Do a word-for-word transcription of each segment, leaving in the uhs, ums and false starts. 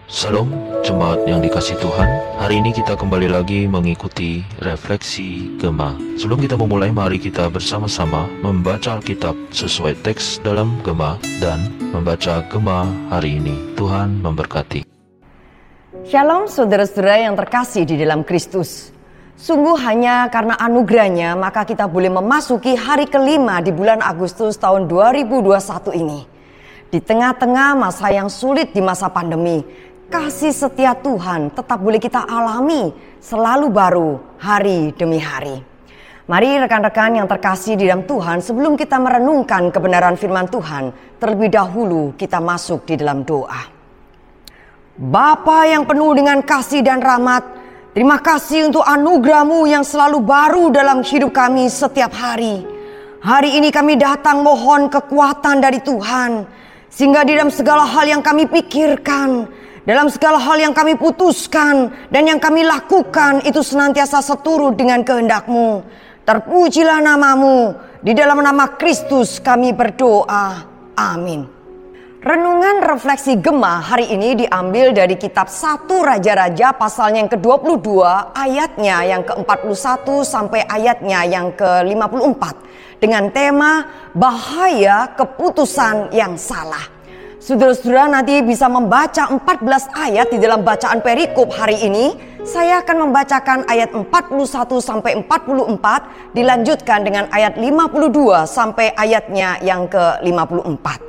Salam jemaat yang dikasih Tuhan. Hari ini kita kembali lagi mengikuti refleksi Gema. Sebelum kita memulai, mari kita bersama-sama membaca Alkitab sesuai teks dalam Gema dan membaca Gema hari ini. Tuhan memberkati. Shalom saudara-saudara yang terkasih di dalam Kristus. Sungguh hanya karena anugerahnya maka kita boleh memasuki hari kelima di bulan Agustus tahun dua ribu dua puluh satu ini. Di tengah-tengah masa yang sulit di masa pandemi, kasih setia Tuhan tetap boleh kita alami selalu baru hari demi hari. Mari rekan-rekan yang terkasih di dalam Tuhan, sebelum kita merenungkan kebenaran firman Tuhan, terlebih dahulu kita masuk di dalam doa. Bapa yang penuh dengan kasih dan rahmat, terima kasih untuk anugerah-Mu yang selalu baru dalam hidup kami setiap hari. Hari ini kami datang mohon kekuatan dari Tuhan, sehingga di dalam segala hal yang kami pikirkan, dalam segala hal yang kami putuskan dan yang kami lakukan itu senantiasa seturut dengan kehendak-Mu. Terpujilah nama-Mu, di dalam nama Kristus kami berdoa. Amin. Renungan refleksi Gema hari ini diambil dari kitab satu Raja-Raja pasalnya yang ke dua puluh dua, ayatnya yang ke empat puluh satu sampai ayatnya yang ke lima puluh empat. Dengan tema bahaya keputusan yang salah. Saudara-saudara nanti bisa membaca empat belas ayat di dalam bacaan perikop hari ini. Saya akan membacakan ayat empat puluh satu sampai empat puluh empat, dilanjutkan dengan ayat lima puluh dua sampai ayatnya yang ke lima puluh empat.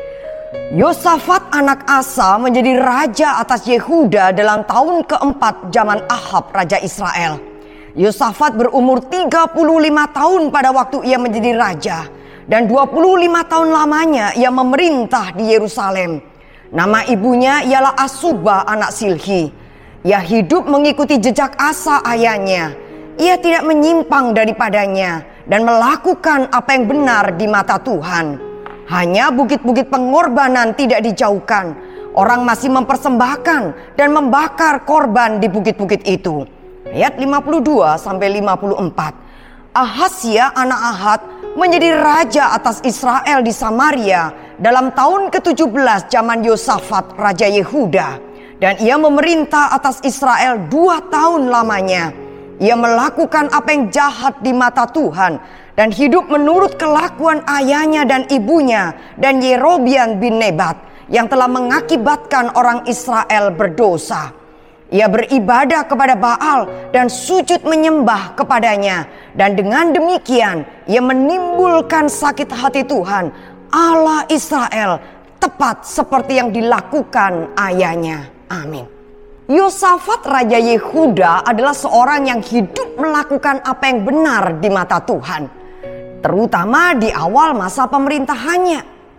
Yosafat anak Asa menjadi raja atas Yehuda dalam tahun keempat zaman Ahab raja Israel. Yosafat berumur tiga puluh lima tahun pada waktu ia menjadi raja, dan dua puluh lima tahun lamanya ia memerintah di Yerusalem. Nama ibunya ialah Asubah anak Silhi. Ia hidup mengikuti jejak Asa ayahnya. Ia tidak menyimpang daripadanya dan melakukan apa yang benar di mata Tuhan. Hanya bukit-bukit pengorbanan tidak dijauhkan. Orang masih mempersembahkan dan membakar korban di bukit-bukit itu. Ayat lima puluh dua sampai lima puluh empat. Ahazia anak Ahad menjadi raja atas Israel di Samaria dalam tahun ke tujuh belas zaman Yosafat raja Yehuda, dan ia memerintah atas Israel dua tahun lamanya. Ia melakukan apa yang jahat di mata Tuhan dan hidup menurut kelakuan ayahnya dan ibunya dan Yerobiam bin Nebat yang telah mengakibatkan orang Israel berdosa. Ia beribadah kepada Baal dan sujud menyembah kepadanya, dan dengan demikian ia menimbulkan sakit hati Tuhan Allah Israel, tepat seperti yang dilakukan ayahnya. Amin. Yosafat raja Yehuda adalah seorang yang hidup melakukan apa yang benar di mata Tuhan, terutama di awal masa pemerintahannya.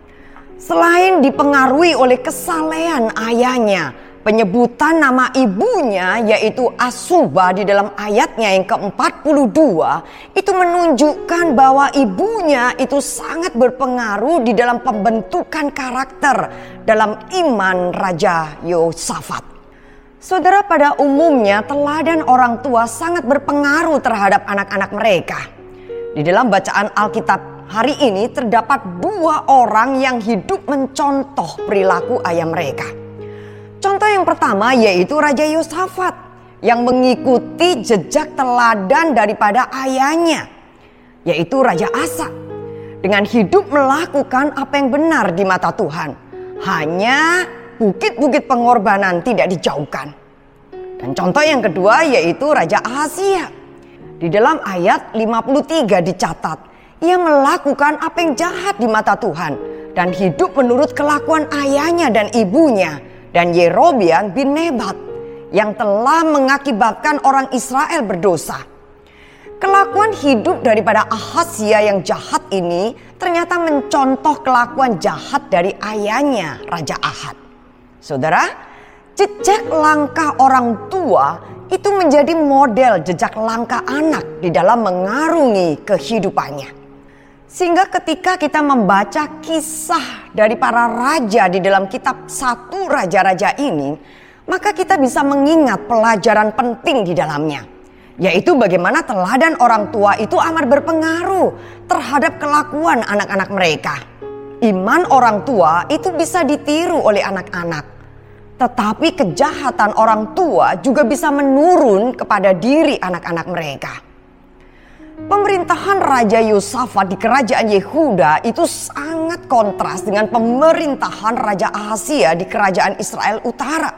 Selain dipengaruhi oleh kesalehan ayahnya, penyebutan nama ibunya yaitu Asubah di dalam ayatnya yang ke empat puluh dua itu menunjukkan bahwa ibunya itu sangat berpengaruh di dalam pembentukan karakter dalam iman Raja Yosafat. Saudara, pada umumnya teladan orang tua sangat berpengaruh terhadap anak-anak mereka. Di dalam bacaan Alkitab hari ini terdapat dua orang yang hidup mencontoh perilaku ayah mereka. Contoh yang pertama yaitu Raja Yosafat yang mengikuti jejak teladan daripada ayahnya, yaitu Raja Asa, dengan hidup melakukan apa yang benar di mata Tuhan. Hanya bukit-bukit pengorbanan tidak dijauhkan. Dan contoh yang kedua yaitu Raja Ahazia. Di dalam ayat lima puluh tiga dicatat, ia melakukan apa yang jahat di mata Tuhan dan hidup menurut kelakuan ayahnya dan ibunya dan Yerobiam bin Nebat yang telah mengakibatkan orang Israel berdosa. Kelakuan hidup daripada Ahazia yang jahat ini ternyata mencontoh kelakuan jahat dari ayahnya Raja Ahab. Saudara, jejak langkah orang tua itu menjadi model jejak langkah anak di dalam mengarungi kehidupannya. Sehingga ketika kita membaca kisah dari para raja di dalam kitab satu Raja-Raja ini, maka kita bisa mengingat pelajaran penting di dalamnya, yaitu bagaimana teladan orang tua itu amat berpengaruh terhadap kelakuan anak-anak mereka. Iman orang tua itu bisa ditiru oleh anak-anak. tetapi kejahatan orang tua juga bisa menurun kepada diri anak-anak mereka. Pemerintahan Raja Yosafat di kerajaan Yehuda itu sangat kontras dengan pemerintahan Raja Ahazia di kerajaan Israel Utara.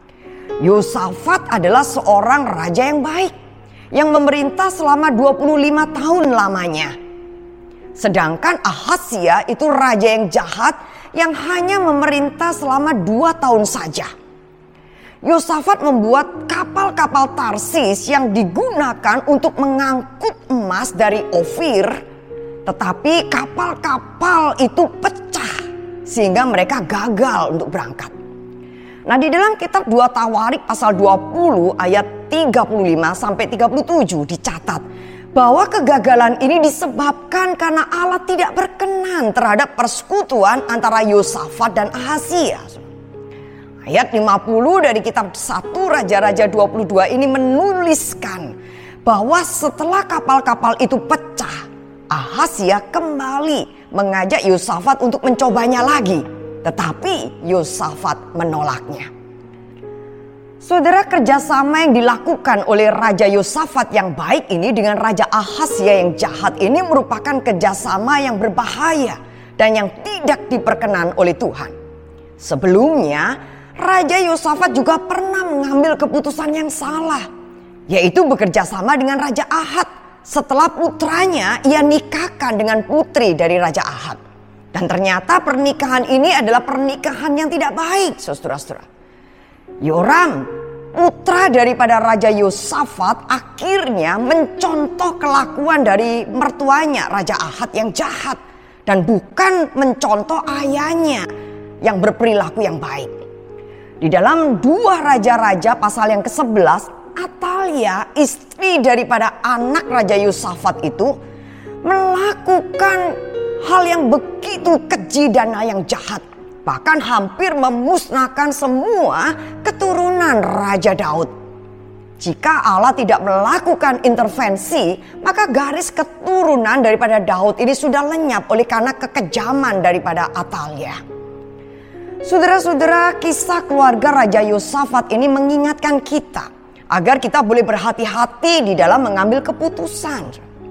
Yosafat adalah seorang raja yang baik, yang memerintah selama dua puluh lima tahun lamanya. Sedangkan Ahazia itu raja yang jahat yang hanya memerintah selama dua tahun saja. Yosafat membuat kapal-kapal Tarsis yang digunakan untuk mengangkut emas dari Ofir, tetapi kapal-kapal itu pecah sehingga mereka gagal untuk berangkat. Nah, di dalam kitab dua Tawarik pasal dua puluh ayat tiga puluh lima sampai tiga puluh tujuh dicatat bahwa kegagalan ini disebabkan karena Allah tidak berkenan terhadap persekutuan antara Yosafat dan Ahazia. Ayat lima puluh dari kitab satu Raja-Raja dua puluh dua ini menuliskan bahwa setelah kapal-kapal itu pecah, Ahazia kembali mengajak Yosafat untuk mencobanya lagi, tetapi Yosafat menolaknya. Saudara, kerjasama yang dilakukan oleh Raja Yosafat yang baik ini dengan Raja Ahazia yang jahat ini merupakan kerjasama yang berbahaya dan yang tidak diperkenan oleh Tuhan. Sebelumnya, Raja Yosafat juga pernah mengambil keputusan yang salah, yaitu bekerja sama dengan Raja Ahab setelah putranya ia nikahkan dengan putri dari Raja Ahab. Dan ternyata pernikahan ini adalah pernikahan yang tidak baik, saudara-saudara. Yoram, putra daripada Raja Yosafat, akhirnya mencontoh kelakuan dari mertuanya Raja Ahab yang jahat dan bukan mencontoh ayahnya yang berperilaku yang baik. Di dalam dua Raja-Raja pasal yang kesebelas, Atalia, istri daripada anak Raja Yosafat itu, melakukan hal yang begitu keji dan yang jahat. Bahkan hampir memusnahkan semua keturunan Raja Daud. Jika Allah tidak melakukan intervensi, maka garis keturunan daripada Daud ini sudah lenyap oleh karena kekejaman daripada Atalia. Saudara-saudara, kisah keluarga Raja Yosafat ini mengingatkan kita agar kita boleh berhati-hati di dalam mengambil keputusan.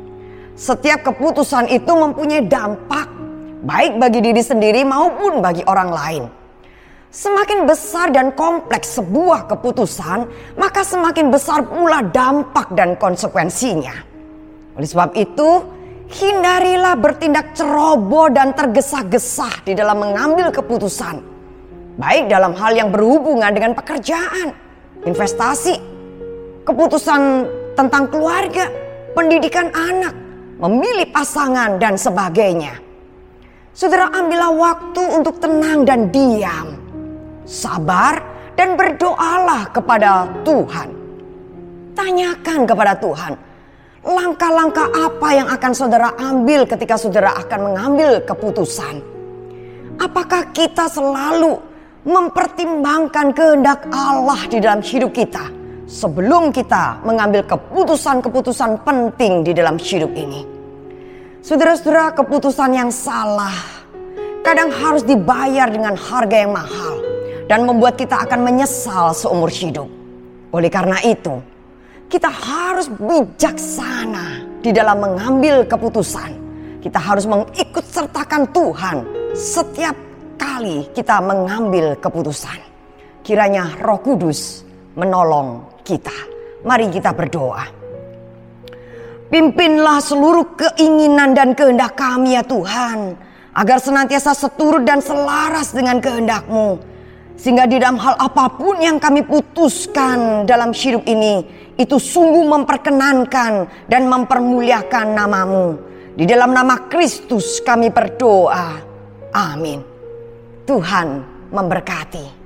Setiap keputusan itu mempunyai dampak baik bagi diri sendiri maupun bagi orang lain. Semakin besar dan kompleks sebuah keputusan, maka semakin besar pula dampak dan konsekuensinya. Oleh sebab itu, hindarilah bertindak ceroboh dan tergesa-gesa di dalam mengambil keputusan. Baik dalam hal yang berhubungan dengan pekerjaan, investasi, keputusan tentang keluarga, pendidikan anak, memilih pasangan dan sebagainya. Saudara, ambillah waktu untuk tenang dan diam, sabar dan berdoalah kepada Tuhan. Tanyakan kepada Tuhan, langkah-langkah apa yang akan saudara ambil ketika saudara akan mengambil keputusan. Apakah kita selalu mempertimbangkan kehendak Allah di dalam hidup kita sebelum kita mengambil keputusan-keputusan penting di dalam hidup ini? Saudara-saudara, keputusan yang salah kadang harus dibayar dengan harga yang mahal dan membuat kita akan menyesal seumur hidup. Oleh karena itu, kita harus bijaksana di dalam mengambil keputusan. Kita harus mengikut sertakan Tuhan setiap kali kita mengambil keputusan. Kiranya Roh Kudus menolong kita. Mari kita berdoa. Pimpinlah seluruh keinginan dan kehendak kami ya Tuhan, agar senantiasa seturut dan selaras dengan kehendak-Mu, sehingga di dalam hal apapun yang kami putuskan dalam hidup ini, itu sungguh memperkenankan dan mempermuliakan nama-Mu. Di dalam nama Kristus kami berdoa. Amin. Tuhan memberkati.